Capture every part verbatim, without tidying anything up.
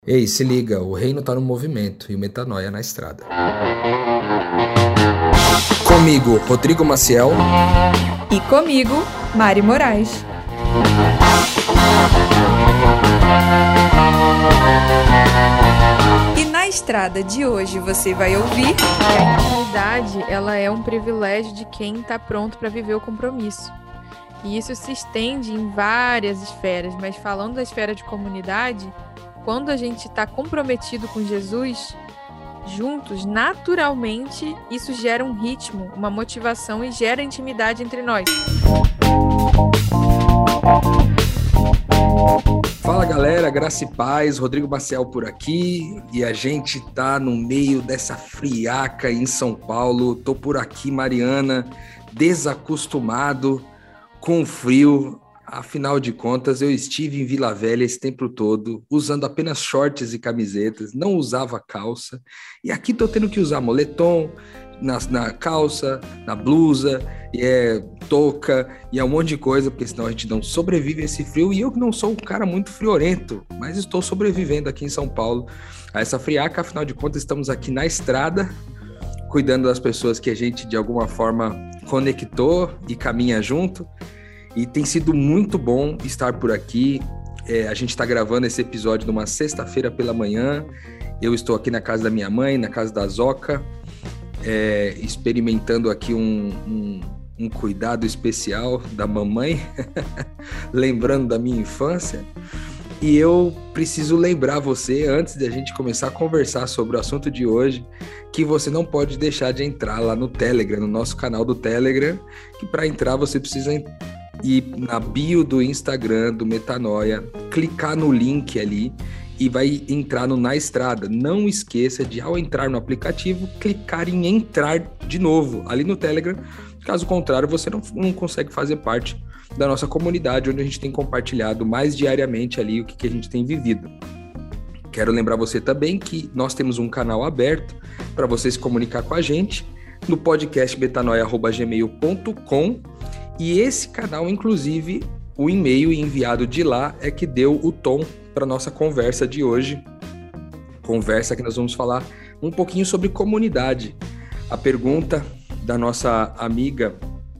Ei, se liga, o reino tá no movimento e o Metanoia na estrada. Comigo, Rodrigo Maciel. E comigo, Mari Moraes. E na estrada de hoje você vai ouvir que a intimidade, ela é um privilégio de quem está pronto para viver o compromisso. E isso se estende em várias esferas, mas falando da esfera de comunidade, quando a gente está comprometido com Jesus, juntos, naturalmente, isso gera um ritmo, uma motivação e gera intimidade entre nós. Fala galera, graça e paz, Rodrigo Maciel por aqui, e a gente tá no meio dessa friaca em São Paulo. Tô por aqui, Mariana, desacostumado com o frio. Afinal de contas, eu estive em Vila Velha esse tempo todo, usando apenas shorts e camisetas, não usava calça, e aqui tô tendo que usar moletom na, na calça, na blusa, e é touca, e é um monte de coisa, porque senão a gente não sobrevive a esse frio, e eu que não sou um cara muito friorento, mas estou sobrevivendo aqui em São Paulo a essa friaca. Afinal de contas, estamos aqui na estrada, cuidando das pessoas que a gente de alguma forma conectou e caminha junto. E tem sido muito bom estar por aqui. É, a gente está gravando esse episódio numa sexta-feira pela manhã. Eu estou aqui na casa da minha mãe, na casa da Zoca, é, experimentando aqui um, um, um cuidado especial da mamãe, lembrando da minha infância. E eu preciso lembrar você, antes de a gente começar a conversar sobre o assunto de hoje, que você não pode deixar de entrar lá no Telegram, no nosso canal do Telegram, que para entrar você precisa ir na bio do Instagram do Metanoia, clicar no link ali e vai entrar no Na Estrada. Não esqueça de, ao entrar no aplicativo, clicar em entrar de novo ali no Telegram. Caso contrário, você não, não consegue fazer parte da nossa comunidade, onde a gente tem compartilhado mais diariamente ali o que, que a gente tem vivido. Quero lembrar você também que nós temos um canal aberto para você se comunicar com a gente no podcast metanoia arroba gmail ponto com. E esse canal, inclusive, o e-mail enviado de lá é que deu o tom para a nossa conversa de hoje. Conversa que nós vamos falar um pouquinho sobre comunidade. A pergunta da nossa amiga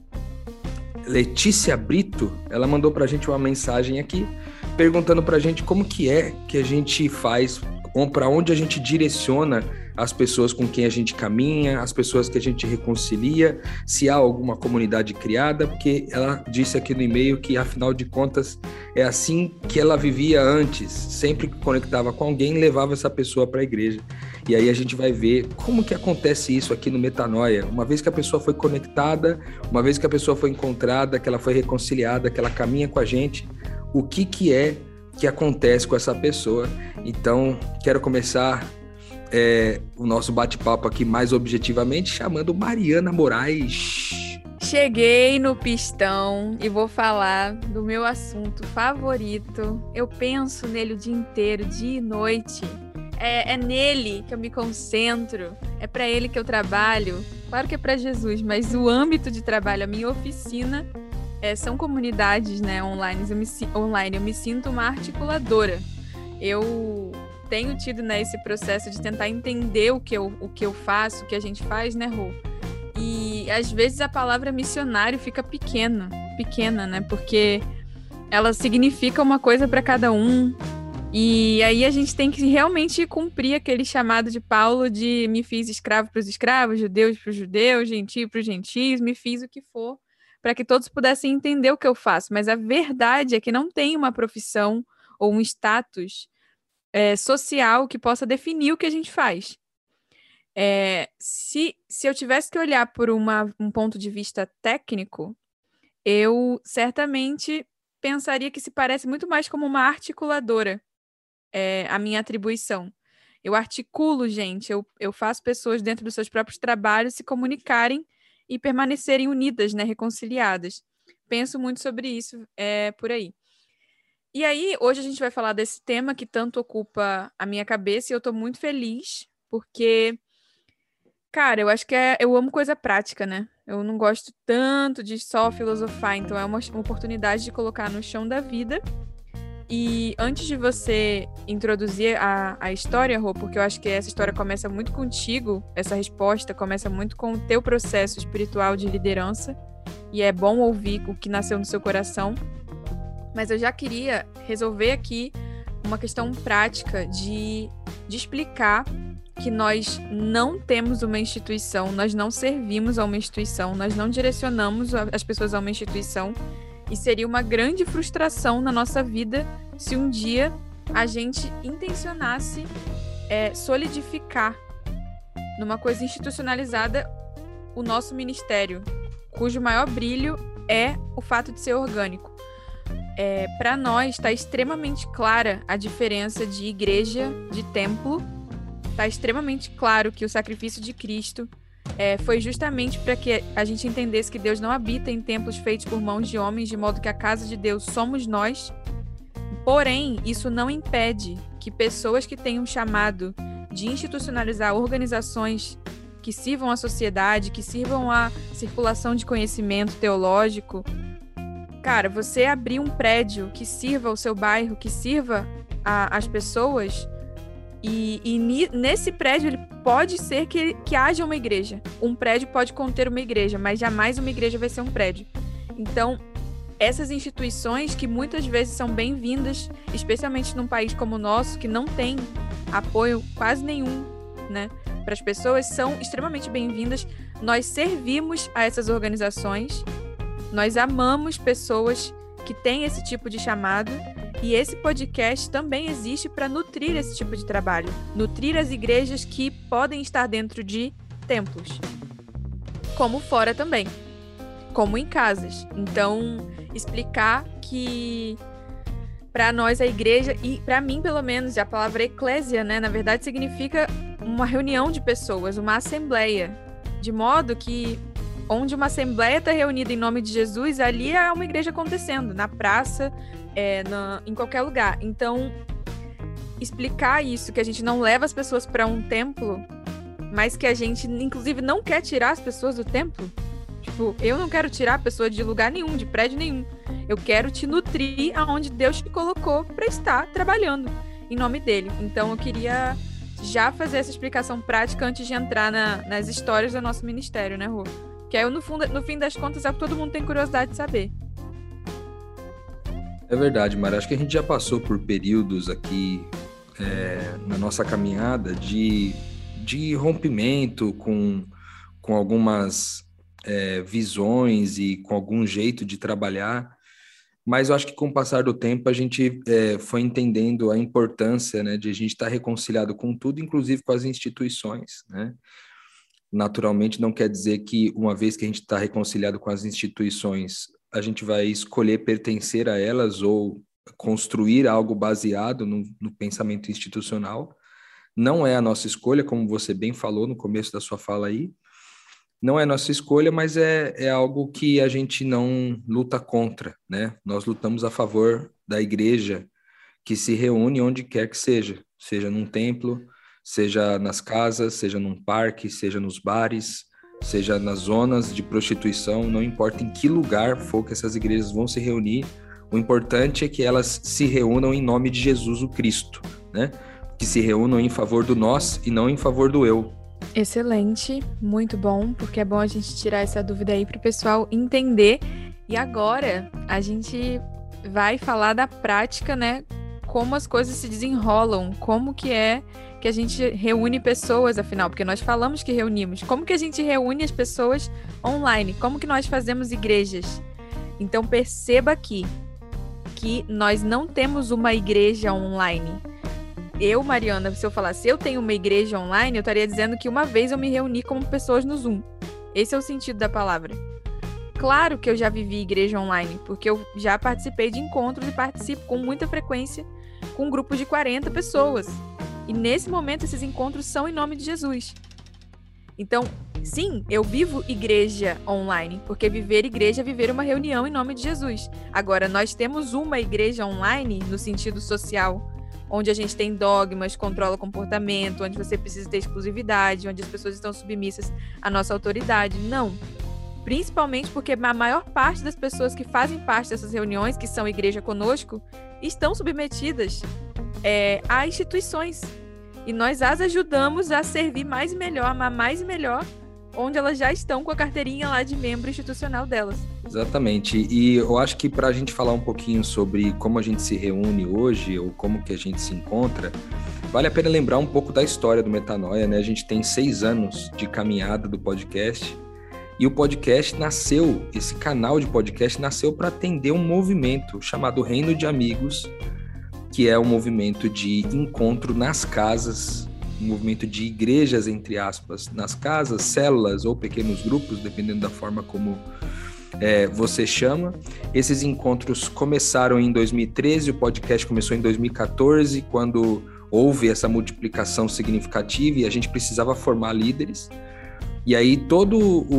Letícia Brito, ela mandou para a gente uma mensagem aqui, perguntando para a gente como que é que a gente faz, para onde a gente direciona as pessoas com quem a gente caminha, as pessoas que a gente reconcilia, se há alguma comunidade criada, porque ela disse aqui no e-mail que, afinal de contas, é assim que ela vivia antes, sempre que conectava com alguém, levava essa pessoa para a igreja. E aí a gente vai ver como que acontece isso aqui no Metanoia. Uma vez que a pessoa foi conectada, uma vez que a pessoa foi encontrada, que ela foi reconciliada, que ela caminha com a gente, o que que é que acontece com essa pessoa. Então, quero começar é, o nosso bate-papo aqui mais objetivamente, chamando Mariana Moraes. Cheguei no pistão e vou falar do meu assunto favorito. Eu penso nele o dia inteiro, dia e noite. É, é nele que eu me concentro, é para ele que eu trabalho. Claro que é para Jesus, mas o âmbito de trabalho, a minha oficina, é, são comunidades, né, online. Eu me, online. Eu me sinto uma articuladora. Eu tenho tido, né, esse processo de tentar entender o que eu, o que eu faço, o que a gente faz, né, Rô? E às vezes a palavra missionário fica pequena, pequena, né? Porque ela significa uma coisa para cada um. E aí a gente tem que realmente cumprir aquele chamado de Paulo de me fiz escravo para os escravos, judeus para os judeus, gentio para os gentios, me fiz o que for, para que todos pudessem entender o que eu faço. Mas a verdade é que não tem uma profissão ou um status é, social que possa definir o que a gente faz. É, se, se eu tivesse que olhar por uma, um ponto de vista técnico, eu certamente pensaria que se parece muito mais como uma articuladora, é, a minha atribuição. Eu articulo, gente, eu, eu faço pessoas dentro dos seus próprios trabalhos se comunicarem e permanecerem unidas, né, reconciliadas. Penso muito sobre isso é, por aí. E aí, hoje a gente vai falar desse tema que tanto ocupa a minha cabeça e eu estou muito feliz, porque, cara, eu acho que é, eu amo coisa prática, né? Eu não gosto tanto de só filosofar, então é uma, uma oportunidade de colocar no chão da vida E antes de você introduzir a, a história, Rô, porque eu acho que essa história começa muito contigo, essa resposta começa muito com o teu processo espiritual de liderança, e é bom ouvir o que nasceu no seu coração, mas eu já queria resolver aqui uma questão prática de, de explicar que nós não temos uma instituição, nós não servimos a uma instituição, nós não direcionamos as pessoas a uma instituição, e seria uma grande frustração na nossa vida se um dia a gente intencionasse é, solidificar numa coisa institucionalizada o nosso ministério, cujo maior brilho é o fato de ser orgânico. É, para nós está extremamente clara a diferença de igreja, de templo. Está extremamente claro que o sacrifício de Cristo é, foi justamente para que a gente entendesse que Deus não habita em templos feitos por mãos de homens, de modo que a casa de Deus somos nós. Porém, isso não impede que pessoas que tenham chamado de institucionalizar organizações que sirvam à sociedade, que sirvam à circulação de conhecimento teológico. Cara, você abrir um prédio que sirva ao seu bairro, que sirva às pessoas, e, e ni, nesse prédio ele pode ser que, que haja uma igreja. Um prédio pode conter uma igreja, mas jamais uma igreja vai ser um prédio. Então, essas instituições que muitas vezes são bem-vindas, especialmente num país como o nosso, que não tem apoio quase nenhum, né, para as pessoas, são extremamente bem-vindas. Nós servimos a essas organizações, nós amamos pessoas que têm esse tipo de chamado, e esse podcast também existe para nutrir esse tipo de trabalho, nutrir as igrejas que podem estar dentro de templos, como fora também, como em casas. Então, explicar que para nós a igreja, e para mim pelo menos, a palavra eclésia, né, na verdade significa uma reunião de pessoas, uma assembleia, de modo que onde uma assembleia está reunida em nome de Jesus, ali é uma igreja acontecendo, na praça, é, na, em qualquer lugar. Então, explicar isso, que a gente não leva as pessoas para um templo, mas que a gente, inclusive, não quer tirar as pessoas do templo. Tipo, eu não quero tirar a pessoa de lugar nenhum, de prédio nenhum. Eu quero te nutrir aonde Deus te colocou para estar trabalhando em nome dele. Então, eu queria já fazer essa explicação prática antes de entrar na, nas histórias do nosso ministério, né, Rô? Que aí, no, fundo, no fim das contas, é o que todo mundo tem curiosidade de saber. É verdade, Mara. Acho que a gente já passou por períodos aqui é, na nossa caminhada de, de rompimento com, com algumas é, visões e com algum jeito de trabalhar, mas eu acho que com o passar do tempo a gente é, foi entendendo a importância, né, de a gente estar reconciliado com tudo, inclusive com as instituições, né? Naturalmente não quer dizer que uma vez que a gente está reconciliado com as instituições, a gente vai escolher pertencer a elas ou construir algo baseado no, no pensamento institucional. Não é a nossa escolha, como você bem falou no começo da sua fala aí. Não é nossa escolha, mas é, é algo que a gente não luta contra, né? Nós lutamos a favor da igreja que se reúne onde quer que seja, seja num templo, seja nas casas, seja num parque, seja nos bares, seja nas zonas de prostituição, não importa em que lugar for que essas igrejas vão se reunir, o importante é que elas se reúnam em nome de Jesus o Cristo, né? Que se reúnam em favor do nós e não em favor do eu. Excelente, muito bom, porque é bom a gente tirar essa dúvida aí para o pessoal entender. E agora a gente vai falar da prática, né? Como as coisas se desenrolam, como que é que a gente reúne pessoas, afinal, porque nós falamos que reunimos. Como que a gente reúne as pessoas online? Como que nós fazemos igrejas? Então perceba aqui que nós não temos uma igreja online. Eu, Mariana, se eu falasse eu tenho uma igreja online, eu estaria dizendo que uma vez eu me reuni como pessoas no Zoom. Esse é o sentido da palavra. Claro que eu já vivi igreja online, porque eu já participei de encontros e participo com muita frequência com um grupo de quarenta pessoas. E nesse momento esses encontros são em nome de Jesus. Então, sim, eu vivo igreja online, porque viver igreja é viver uma reunião em nome de Jesus. Agora, nós temos uma igreja online no sentido social, onde a gente tem dogmas, controla comportamento, onde você precisa ter exclusividade, onde as pessoas estão submissas à nossa autoridade. Não. Principalmente porque a maior parte das pessoas que fazem parte dessas reuniões, que são igreja conosco, estão submetidas é, a instituições. E nós as ajudamos a servir mais e melhor, amar mais e melhor, onde elas já estão com a carteirinha lá de membro institucional delas. Exatamente. E eu acho que para a gente falar um pouquinho sobre como a gente se reúne hoje, ou como que a gente se encontra, vale a pena lembrar um pouco da história do Metanoia, né? A gente tem seis anos de caminhada do podcast, e o podcast nasceu, esse canal de podcast nasceu para atender um movimento chamado Reino de Amigos, que é um movimento de encontro nas casas, um movimento de igrejas, entre aspas, nas casas, células ou pequenos grupos, dependendo da forma como é, você chama. Esses encontros começaram em dois mil e treze, o podcast começou em dois mil e quatorze, quando houve essa multiplicação significativa e a gente precisava formar líderes. E aí toda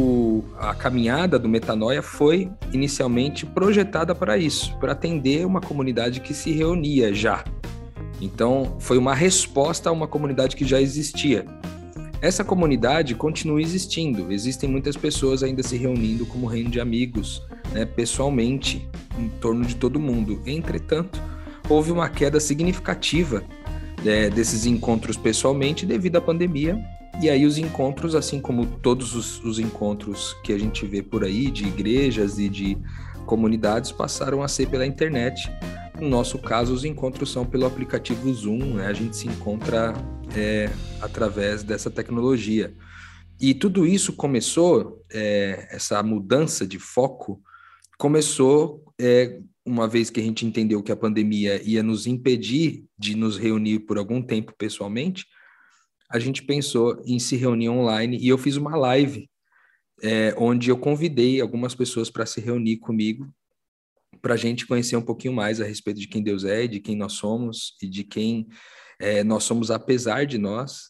a caminhada do Metanoia foi inicialmente projetada para isso, para atender uma comunidade que se reunia já. Então foi uma resposta a uma comunidade que já existia. Essa comunidade continua existindo, existem muitas pessoas ainda se reunindo como reino de amigos, né, pessoalmente, em torno de todo mundo. Entretanto, houve uma queda significativa é, desses encontros pessoalmente devido à pandemia. E aí os encontros, assim como todos os, os encontros que a gente vê por aí, de igrejas e de comunidades, passaram a ser pela internet. No nosso caso, os encontros são pelo aplicativo Zoom, né? A gente se encontra é, através dessa tecnologia. E tudo isso começou, é, essa mudança de foco, começou é, uma vez que a gente entendeu que a pandemia ia nos impedir de nos reunir por algum tempo pessoalmente. A gente pensou em se reunir online e eu fiz uma live é, onde eu convidei algumas pessoas para se reunir comigo, para a gente conhecer um pouquinho mais a respeito de quem Deus é, de quem nós somos e de quem é, nós somos apesar de nós.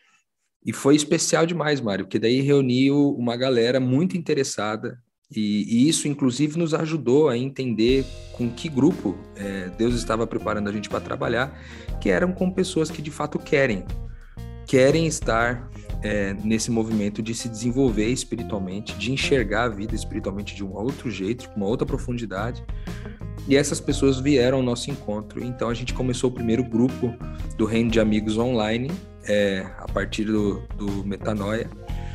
E foi especial demais, Mário, porque daí reuniu uma galera muito interessada e, e isso, inclusive, nos ajudou a entender com que grupo é, Deus estava preparando a gente para trabalhar, que eram com pessoas que de fato querem. querem estar é, nesse movimento de se desenvolver espiritualmente, de enxergar a vida espiritualmente de um outro jeito, com uma outra profundidade. E essas pessoas vieram ao nosso encontro. Então a gente começou o primeiro grupo do Reino de Amigos online, é, a partir do, do Metanoia.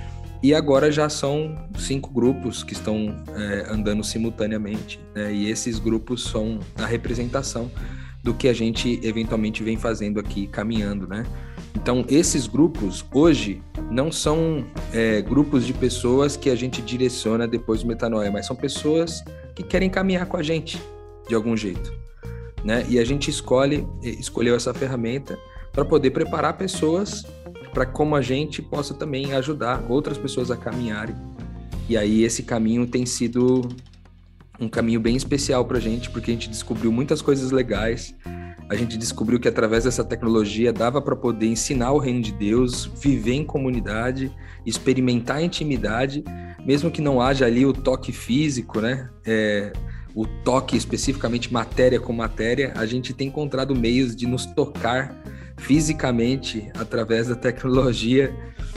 E agora já são cinco grupos que estão é, andando simultaneamente, né? E esses grupos são a representação do que a gente eventualmente vem fazendo aqui, caminhando, né? Então, esses grupos, hoje, não são é, grupos de pessoas que a gente direciona depois do Metanoia, mas são pessoas que querem caminhar com a gente, de algum jeito, né? E a gente escolhe, escolheu essa ferramenta para poder preparar pessoas para como a gente possa também ajudar outras pessoas a caminharem. E aí, esse caminho tem sido um caminho bem especial para a gente, porque a gente descobriu muitas coisas legais. A gente descobriu que através dessa tecnologia dava para poder ensinar o reino de Deus, viver em comunidade, experimentar a intimidade, mesmo que não haja ali o toque físico, né? É, o toque especificamente matéria com matéria, a gente tem encontrado meios de nos tocar fisicamente através da tecnologia,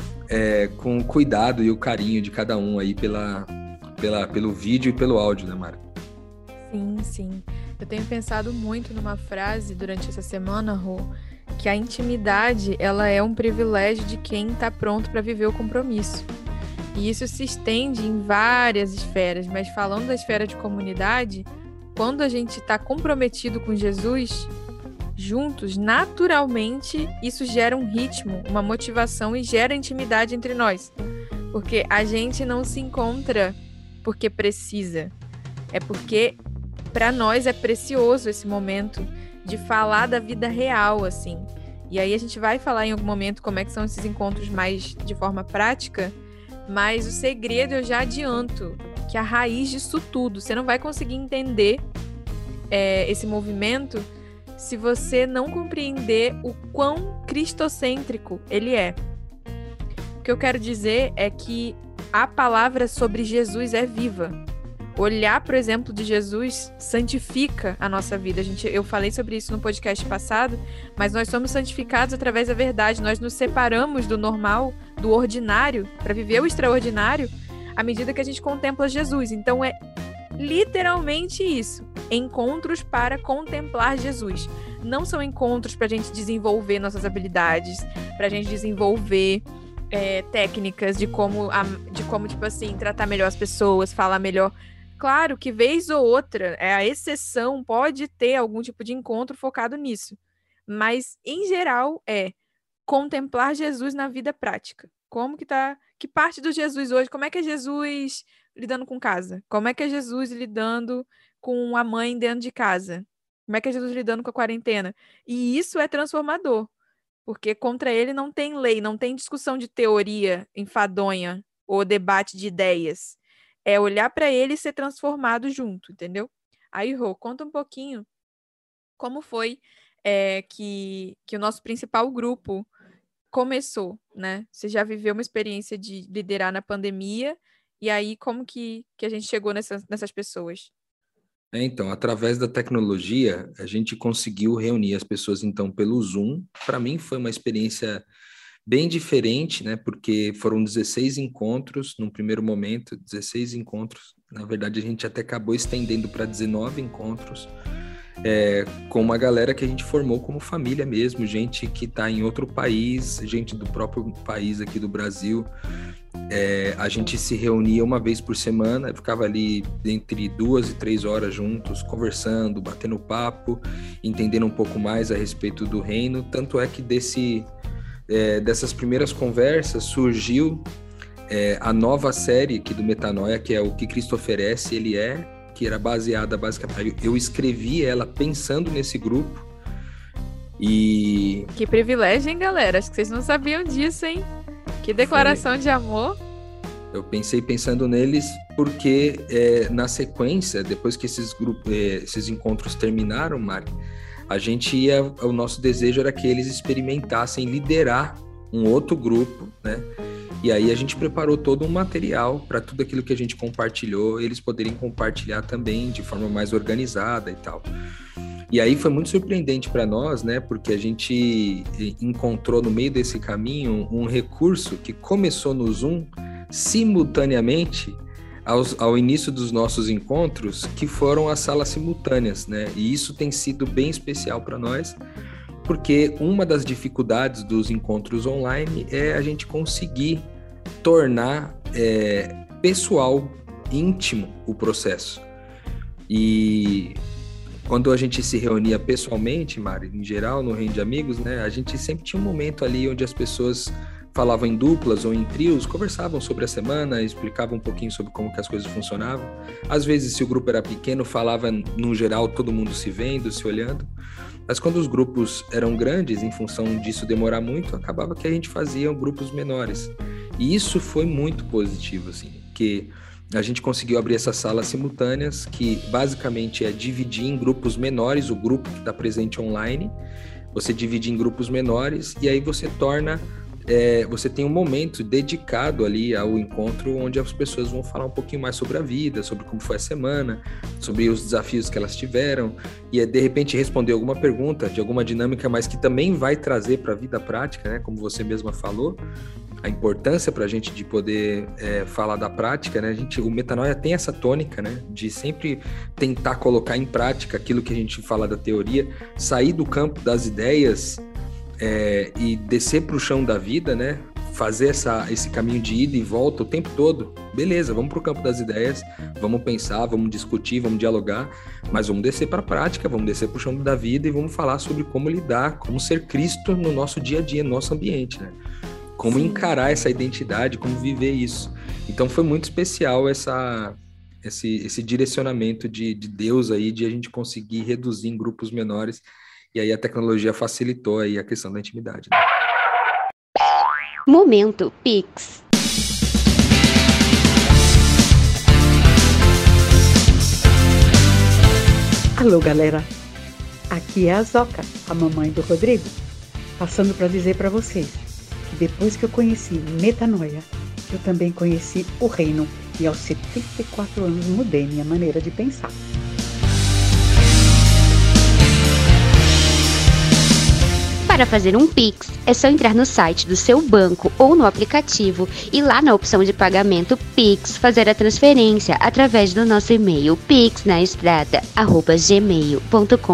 é, com o cuidado e o carinho de cada um aí pela, pela, pelo vídeo e pelo áudio, né, Mara? Sim, sim. Eu tenho pensado muito numa frase durante essa semana, Rô, que a intimidade, ela é um privilégio de quem está pronto para viver o compromisso. E isso se estende em várias esferas, mas falando da esfera de comunidade, quando a gente está comprometido com Jesus, juntos, naturalmente, isso gera um ritmo, uma motivação e gera intimidade entre nós. Porque a gente não se encontra porque precisa, é porque para nós é precioso esse momento de falar da vida real, assim. E aí a gente vai falar em algum momento como é que são esses encontros mais de forma prática, mas o segredo eu já adianto, que a raiz disso tudo, você não vai conseguir entender é, esse movimento se você não compreender o quão cristocêntrico ele é. O que eu quero dizer é que a palavra sobre Jesus é viva. Olhar para o exemplo de Jesus santifica a nossa vida. A gente, eu falei sobre isso no podcast passado, mas nós somos santificados através da verdade. Nós nos separamos do normal, do ordinário, para viver o extraordinário, à medida que a gente contempla Jesus. Então é literalmente isso. Encontros para contemplar Jesus. Não são encontros para a gente desenvolver nossas habilidades, para a gente desenvolver é, técnicas de como, a, de como, tipo assim, tratar melhor as pessoas, falar melhor. Claro que vez ou outra, é, a exceção pode ter algum tipo de encontro focado nisso. Mas, em geral, é contemplar Jesus na vida prática. Como que tá... Que parte do Jesus hoje... Como é que é Jesus lidando com casa? Como é que é Jesus lidando com a mãe dentro de casa? Como é que é Jesus lidando com a quarentena? E isso é transformador. Porque contra ele não tem lei, não tem discussão de teoria enfadonha ou debate de ideias. É olhar para ele e ser transformado junto, entendeu? Aí, Rô, conta um pouquinho como foi é, que, que o nosso principal grupo começou, né? Você já viveu uma experiência de liderar na pandemia, e aí como que, que a gente chegou nessas, nessas pessoas? É, então, através da tecnologia, a gente conseguiu reunir as pessoas, então, pelo Zoom. Para mim foi uma experiência bem diferente, né? Porque foram dezesseis encontros num primeiro momento, dezesseis encontros. Na verdade, a gente até acabou estendendo para dezenove encontros, é, com uma galera que a gente formou como família mesmo, gente que está em outro país, gente do próprio país aqui do Brasil. É, a gente se reunia uma vez por semana, ficava ali entre duas e três horas juntos, conversando, batendo papo, entendendo um pouco mais a respeito do reino. Tanto é que desse, é, dessas primeiras conversas surgiu é, a nova série aqui do Metanoia, que é O que Cristo Oferece, Ele É, que era baseada basicamente... Eu escrevi ela pensando nesse grupo. E... Que privilégio, hein, galera? Acho que vocês não sabiam disso, hein? Que declaração Foi. de amor. Eu pensei pensando neles porque é, na sequência, depois que esses, grupos, é, esses encontros terminaram, Mari, a gente ia... O nosso desejo era que eles experimentassem liderar um outro grupo, né? E aí a gente preparou todo um material para tudo aquilo que a gente compartilhou, eles poderem compartilhar também de forma mais organizada e tal. E aí foi muito surpreendente para nós, né? Porque a gente encontrou no meio desse caminho um recurso que começou no Zoom simultaneamente aos, ao início dos nossos encontros, que foram as salas simultâneas, né? E isso tem sido bem especial para nós, porque uma das dificuldades dos encontros online é a gente conseguir tornar é, pessoal, íntimo o processo. E quando a gente se reunia pessoalmente, Mari, em geral, no Reino de Amigos, né, a gente sempre tinha um momento ali onde as pessoas falavam em duplas ou em trios, conversavam sobre a semana, explicavam um pouquinho sobre como que as coisas funcionavam. Às vezes, se o grupo era pequeno, falava no geral, todo mundo se vendo, se olhando. Mas quando os grupos eram grandes, em função disso demorar muito, acabava que a gente fazia grupos menores. E isso foi muito positivo, assim, que a gente conseguiu abrir essas salas simultâneas, que basicamente é dividir em grupos menores o grupo que está presente online. Você divide em grupos menores e aí você torna... É, você tem um momento dedicado ali ao encontro onde as pessoas vão falar um pouquinho mais sobre a vida, sobre como foi a semana, sobre os desafios que elas tiveram e de repente responder alguma pergunta de alguma dinâmica, mas que também vai trazer para a vida prática, né? Como você mesma falou, a importância para a gente de poder é, falar da prática, né? A gente, o Metanoia tem essa tônica, né? De sempre tentar colocar em prática aquilo que a gente fala da teoria, sair do campo das ideias É, e descer para o chão da vida, né? Fazer essa, esse caminho de ida e volta o tempo todo. Beleza, vamos para o campo das ideias, vamos pensar, vamos discutir, vamos dialogar, mas vamos descer para a prática, vamos descer para o chão da vida e vamos falar sobre como lidar, como ser Cristo no nosso dia a dia, no nosso ambiente, né? Como Sim. encarar essa identidade, como viver isso. Então foi muito especial essa, esse, esse direcionamento de, de Deus aí, de a gente conseguir reduzir em grupos menores. E aí a tecnologia facilitou aí a questão da intimidade. Né? Momento Pix. Alô, galera. Aqui é a Zoca, a mamãe do Rodrigo, passando para dizer para vocês que depois que eu conheci Metanoia, eu também conheci o Reino e aos setenta e quatro anos mudei minha maneira de pensar. Para Para fazer um Pix, é só entrar no site do seu banco ou no aplicativo e lá na opção de pagamento Pix fazer a transferência através do nosso e-mail pix na estrada arroba gmail ponto com.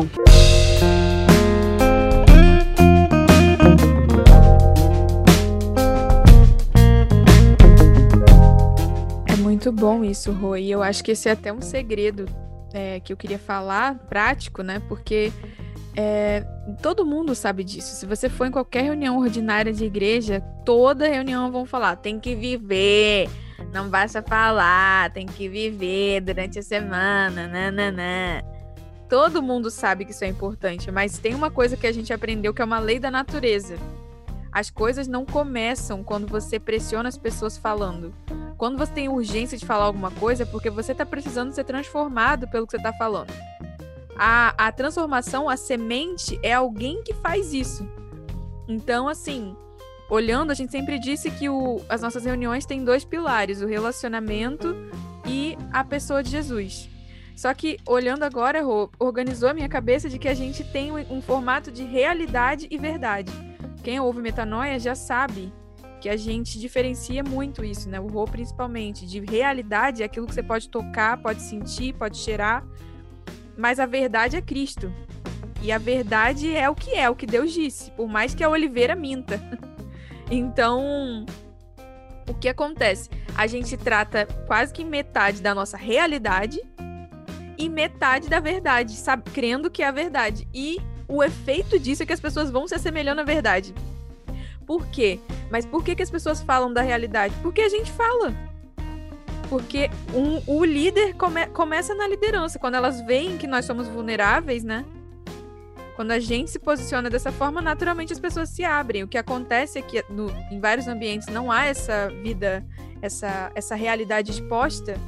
É muito bom isso, Rô, e eu acho que esse é até um segredo é, que eu queria falar, prático, né? Porque É, todo mundo sabe disso. Se você for em qualquer reunião ordinária de igreja, toda reunião vão falar, tem que viver, não basta falar, tem que viver durante a semana, nananã. Todo mundo sabe que isso é importante, mas tem uma coisa que a gente aprendeu que é uma lei da natureza. As coisas não começam quando você pressiona as pessoas falando. Quando você tem urgência de falar alguma coisa, é porque você está precisando ser transformado pelo que você está falando. A, a transformação, a semente, é alguém que faz isso. Então, assim, olhando, a gente sempre disse que o, as nossas reuniões têm dois pilares, o relacionamento e a pessoa de Jesus. Só que, olhando agora, Rô, organizou a minha cabeça de que a gente tem um, um formato de realidade e verdade. Quem ouve Metanoia já sabe que a gente diferencia muito isso, né? O Rô, principalmente, de realidade é aquilo que você pode tocar, pode sentir, pode cheirar, mas a verdade é Cristo. E a verdade é o que é, o que Deus disse, por mais que a oliveira minta. Então, o que acontece? A gente trata quase que metade da nossa realidade e metade da verdade, sabe? Crendo que é a verdade. E o efeito disso é que as pessoas vão se assemelhando à verdade. Por quê? Mas por que, que as pessoas falam da realidade? Porque a gente fala. Porque um, o líder come, começa na liderança. Quando elas veem que nós somos vulneráveis, né? Quando a gente se posiciona dessa forma, naturalmente as pessoas se abrem. O que acontece é que no, em vários ambientes não há essa vida, essa, essa realidade exposta.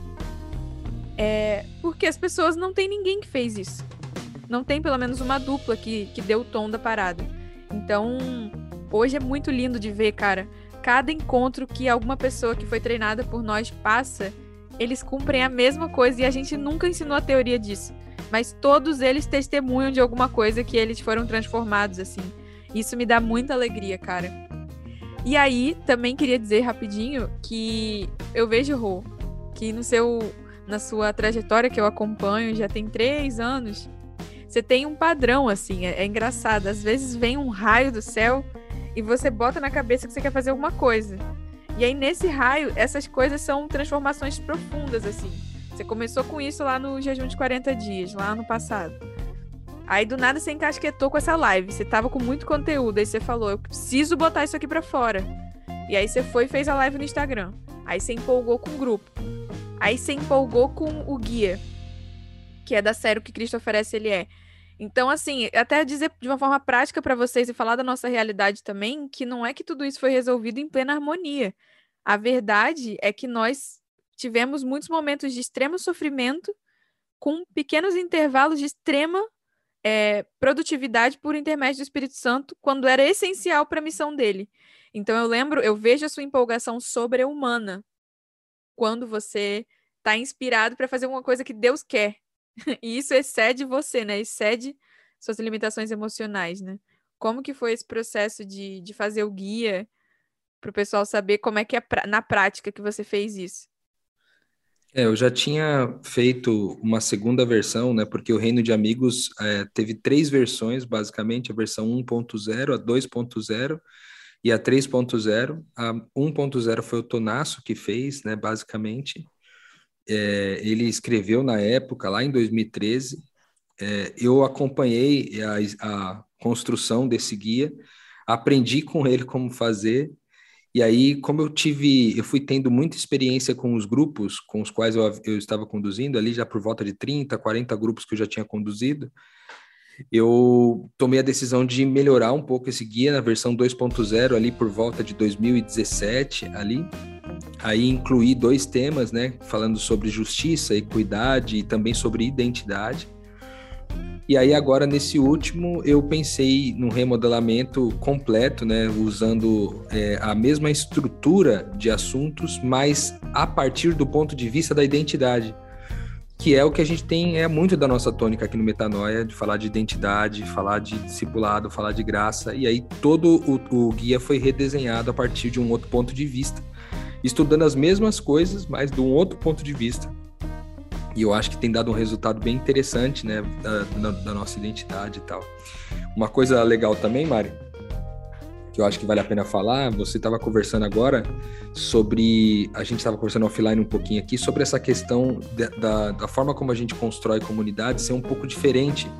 É porque as pessoas não tem ninguém que fez isso. Não tem pelo menos uma dupla que, que deu o tom da parada. Então, hoje é muito lindo de ver, cara. Cada encontro que alguma pessoa que foi treinada por nós passa, eles cumprem a mesma coisa e a gente nunca ensinou a teoria disso. Mas todos eles testemunham de alguma coisa que eles foram transformados, assim. Isso me dá muita alegria, cara. E aí, também queria dizer rapidinho que eu vejo, Rô, que no seu, na sua trajetória que eu acompanho, já tem três anos, você tem um padrão, assim, é, é engraçado. Às vezes vem um raio do céu e você bota na cabeça que você quer fazer alguma coisa. E aí, nesse raio, essas coisas são transformações profundas, assim. Você começou com isso lá no jejum de quarenta dias, lá no passado. Aí, do nada, você encasquetou com essa live. Você tava com muito conteúdo. Aí você falou, eu preciso botar isso aqui pra fora. E aí você foi e fez a live no Instagram. Aí você empolgou com o grupo. Aí você empolgou com o guia, que é da série O que Cristo Oferece, Ele É. Então, assim, até dizer de uma forma prática para vocês e falar da nossa realidade também, que não é que tudo isso foi resolvido em plena harmonia. A verdade é que nós tivemos muitos momentos de extremo sofrimento com pequenos intervalos de extrema é, produtividade por intermédio do Espírito Santo, quando era essencial para a missão dele. Então, eu lembro, eu vejo a sua empolgação sobre-humana quando você está inspirado para fazer alguma coisa que Deus quer. E isso excede você, né? Excede suas limitações emocionais, né? Como que foi esse processo de, de fazer o guia para o pessoal saber como é que é pra, na prática que você fez isso? É, eu já tinha feito uma segunda versão, né? Porque o Reino de Amigos é, teve três versões, basicamente, a versão um ponto zero, a dois ponto zero e a três ponto zero. A um ponto zero foi o Tonasso que fez, né? Basicamente. É, ele escreveu na época, lá em dois mil e treze, é, eu acompanhei a, a construção desse guia, aprendi com ele como fazer, e aí, como eu tive, eu fui tendo muita experiência com os grupos com os quais eu, eu estava conduzindo, ali já por volta de trinta, quarenta grupos que eu já tinha conduzido, eu tomei a decisão de melhorar um pouco esse guia na versão dois ponto zero, ali por volta de dois mil e dezessete, ali. Aí incluí dois temas, né, falando sobre justiça, equidade e também sobre identidade. E aí agora, nesse último, eu pensei num remodelamento completo, né, usando é, a mesma estrutura de assuntos, mas a partir do ponto de vista da identidade. que é o que a gente tem, é muito da nossa tônica aqui no Metanoia, de falar de identidade, falar de discipulado, falar de graça, e aí todo o, o guia foi redesenhado a partir de um outro ponto de vista, estudando as mesmas coisas, mas de um outro ponto de vista. E eu acho que tem dado um resultado bem interessante, né, da, da nossa identidade e tal. Uma coisa legal também, Mari, que eu acho que vale a pena falar, você estava conversando agora sobre, a gente estava conversando offline um pouquinho aqui, sobre essa questão da, da, da forma como a gente constrói comunidade ser um pouco diferente.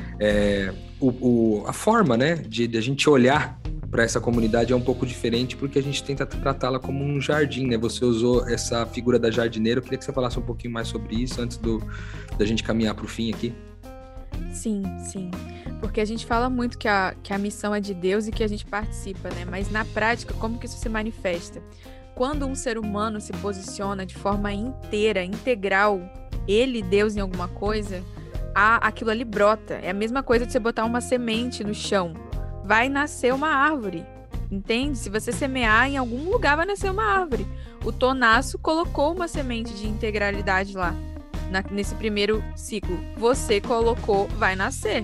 É, o, o, a forma, né, de, de a gente olhar para essa comunidade é um pouco diferente, porque a gente tenta tratá-la como um jardim, né? Você usou essa figura da jardineira, eu queria que você falasse um pouquinho mais sobre isso antes do, da gente caminhar para o fim aqui. Sim, sim. Porque a gente fala muito que a, que a missão é de Deus e que a gente participa, né? Mas na prática, como que isso se manifesta? Quando um ser humano se posiciona de forma inteira, integral, ele, Deus, em alguma coisa, a, aquilo ali brota. É a mesma coisa de você botar uma semente no chão. Vai nascer uma árvore, entende? Se você semear, em algum lugar vai nascer uma árvore. O Tonasso colocou uma semente de integralidade lá, na, nesse primeiro ciclo. Você colocou, vai nascer.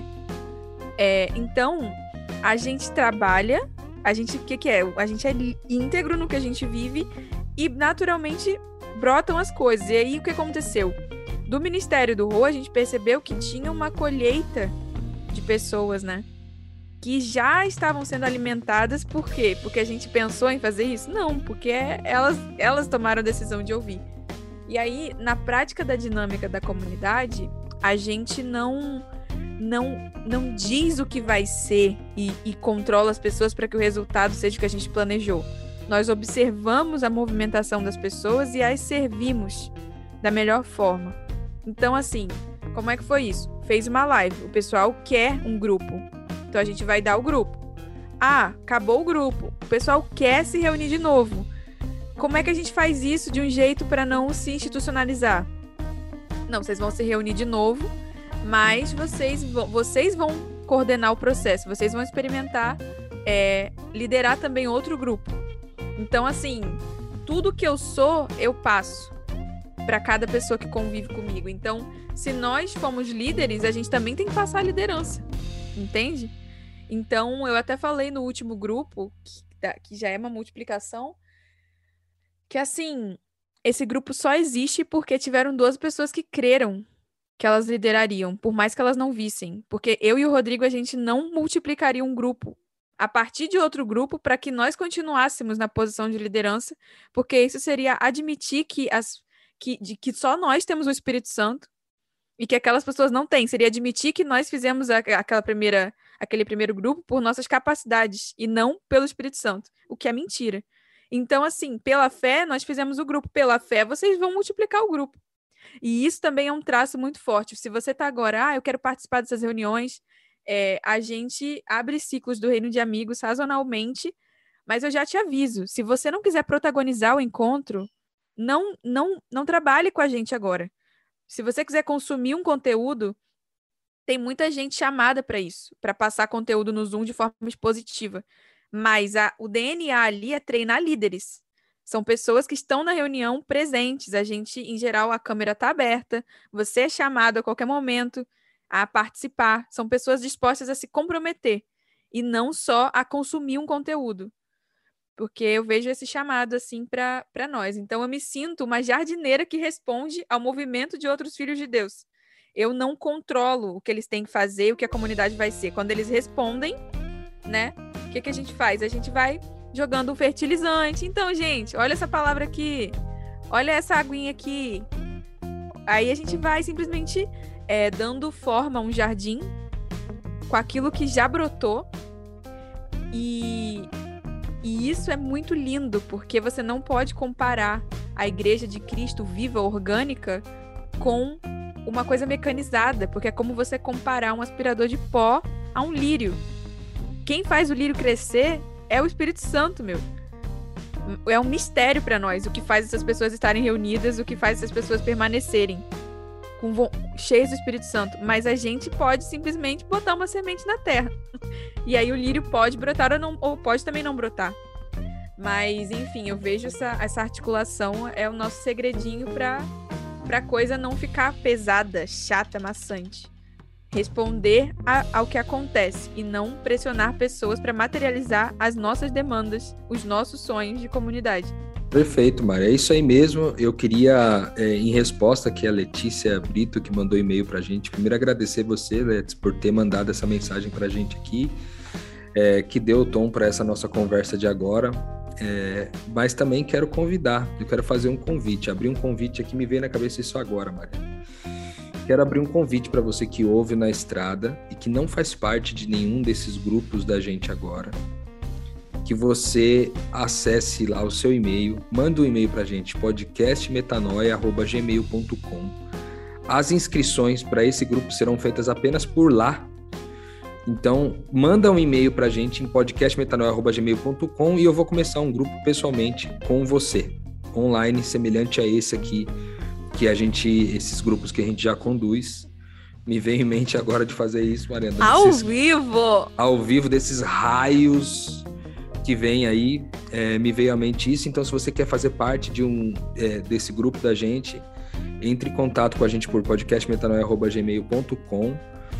É, então, a gente trabalha, a gente, o que que é? A gente é íntegro no que a gente vive e, naturalmente, brotam as coisas. E aí, o que aconteceu? Do Ministério do Rô, a gente percebeu que tinha uma colheita de pessoas, né? Que já estavam sendo alimentadas, por quê? Porque a gente pensou em fazer isso? Não, porque elas, elas tomaram a decisão de ouvir. E aí, na prática da dinâmica da comunidade, a gente não, não, não diz o que vai ser e, e controla as pessoas para que o resultado seja o que a gente planejou. Nós observamos a movimentação das pessoas e as servimos da melhor forma. Então, assim, como é que foi isso? Fez uma live, o pessoal quer um grupo. Então a gente vai dar o grupo. Ah, acabou o grupo. O pessoal quer se reunir de novo. Como é que a gente faz isso de um jeito para não se institucionalizar? Não, vocês vão se reunir de novo, mas vocês vão, vocês vão coordenar o processo. Vocês vão experimentar, é, liderar também outro grupo. Então, assim, tudo que eu sou, eu passo para cada pessoa que convive comigo. Então, se nós fomos líderes, a gente também tem que passar a liderança. Entende? Então, eu até falei no último grupo, que, que já é uma multiplicação, que assim, esse grupo só existe porque tiveram duas pessoas que creram que elas liderariam, por mais que elas não vissem. Porque eu e o Rodrigo, a gente não multiplicaria um grupo a partir de outro grupo para que nós continuássemos na posição de liderança, porque isso seria admitir que, as, que, de, que só nós temos o Espírito Santo, e que aquelas pessoas não têm. Seria admitir que nós fizemos a, aquela primeira, aquele primeiro grupo por nossas capacidades e não pelo Espírito Santo, o que é mentira. Então, assim, pela fé, nós fizemos o grupo. Pela fé, vocês vão multiplicar o grupo. E isso também é um traço muito forte. Se você está agora, ah, eu quero participar dessas reuniões, é, a gente abre ciclos do Reino de Amigos sazonalmente, mas eu já te aviso, se você não quiser protagonizar o encontro, não, não, não trabalhe com a gente agora. Se você quiser consumir um conteúdo, tem muita gente chamada para isso, para passar conteúdo no Zoom de forma expositiva. Mas a, o D N A ali é treinar líderes. São pessoas que estão na reunião presentes. A gente, em geral, a câmera está aberta. Você é chamado a qualquer momento a participar. São pessoas dispostas a se comprometer e não só a consumir um conteúdo. Porque eu vejo esse chamado, assim, para nós. Então, eu me sinto uma jardineira que responde ao movimento de outros filhos de Deus. Eu não controlo o que eles têm que fazer, o que a comunidade vai ser. Quando eles respondem, né, o que, que a gente faz? A gente vai jogando um fertilizante. Então, gente, olha essa palavra aqui. Olha essa aguinha aqui. Aí a gente vai simplesmente é, dando forma a um jardim com aquilo que já brotou. E... E isso é muito lindo, porque você não pode comparar a Igreja de Cristo viva, orgânica, com uma coisa mecanizada, porque é como você comparar um aspirador de pó a um lírio. Quem faz o lírio crescer é o Espírito Santo, meu. É um mistério para nós o que faz essas pessoas estarem reunidas, o que faz essas pessoas permanecerem com vo... cheias do Espírito Santo. Mas a gente pode simplesmente botar uma semente na terra. E aí o lírio pode brotar ou, não, ou pode também não brotar. Mas, enfim, eu vejo essa, essa articulação, é o nosso segredinho para pra coisa não ficar pesada, chata, maçante. Responder a, ao que acontece e não pressionar pessoas para materializar as nossas demandas, os nossos sonhos de comunidade. Perfeito, Mari. É isso aí mesmo. Eu queria, é, em resposta aqui a Letícia Brito, que mandou e-mail pra gente, primeiro agradecer você, Letícia, por ter mandado essa mensagem pra gente aqui, é, que deu o tom para essa nossa conversa de agora. É, mas também quero convidar, eu quero fazer um convite, abrir um convite aqui, me veio na cabeça isso agora, Maria. Quero abrir um convite para você que ouve na estrada e que não faz parte de nenhum desses grupos da gente agora, que você acesse lá o seu e-mail, manda um e-mail para a gente, podcast metanoia arroba gmail ponto com. As inscrições para esse grupo serão feitas apenas por lá. Então, manda um e-mail para a gente em podcast metanoia arroba gmail ponto com e eu vou começar um grupo pessoalmente com você, online, semelhante a esse aqui, que a gente, esses grupos que a gente já conduz. Me veio em mente agora de fazer isso, Mariana. Ao desses, vivo! Ao vivo, desses raios que vem aí, é, me veio à mente isso. Então, se você quer fazer parte de um, é, desse grupo da gente, entre em contato com a gente por podcast metanoia arroba gmail ponto com.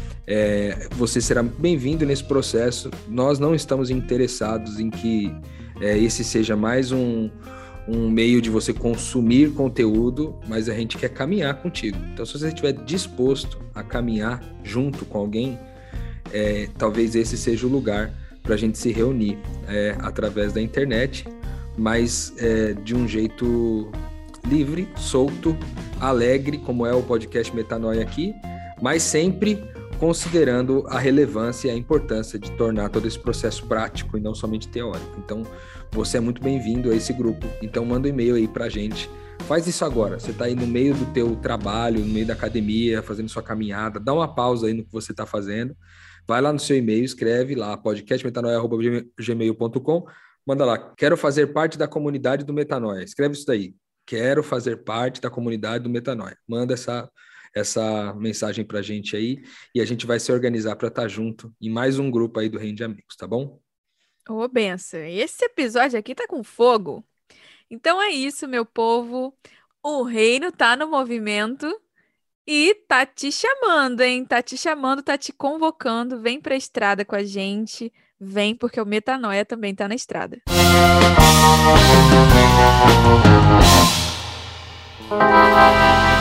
É, você será bem-vindo nesse processo. Nós não estamos interessados em que é, esse seja mais um, um meio de você consumir conteúdo, mas a gente quer caminhar contigo. Então, se você estiver disposto a caminhar junto com alguém, é, talvez esse seja o lugar para a gente se reunir é, através da internet, mas é, de um jeito livre, solto, alegre, como é o podcast Metanoia aqui, mas sempre considerando a relevância e a importância de tornar todo esse processo prático e não somente teórico. Então, você é muito bem-vindo a esse grupo. Então, manda um e-mail aí pra gente. Faz isso agora. Você tá aí no meio do teu trabalho, no meio da academia, fazendo sua caminhada. Dá uma pausa aí no que você tá fazendo. Vai lá no seu e-mail, escreve lá, podcast metanoia arroba gmail ponto com. Manda lá, quero fazer parte da comunidade do Metanoia. Escreve isso daí. Quero fazer parte da comunidade do Metanoia. Manda essa... essa mensagem pra gente aí, e a gente vai se organizar para estar junto em mais um grupo aí do Reino de Amigos, tá bom? Ô, benção, esse episódio aqui tá com fogo. Então é isso, meu povo. O reino tá no movimento e tá te chamando, hein? Tá te chamando, tá te convocando. Vem pra estrada com a gente. Vem, porque o Metanoia também tá na estrada. Música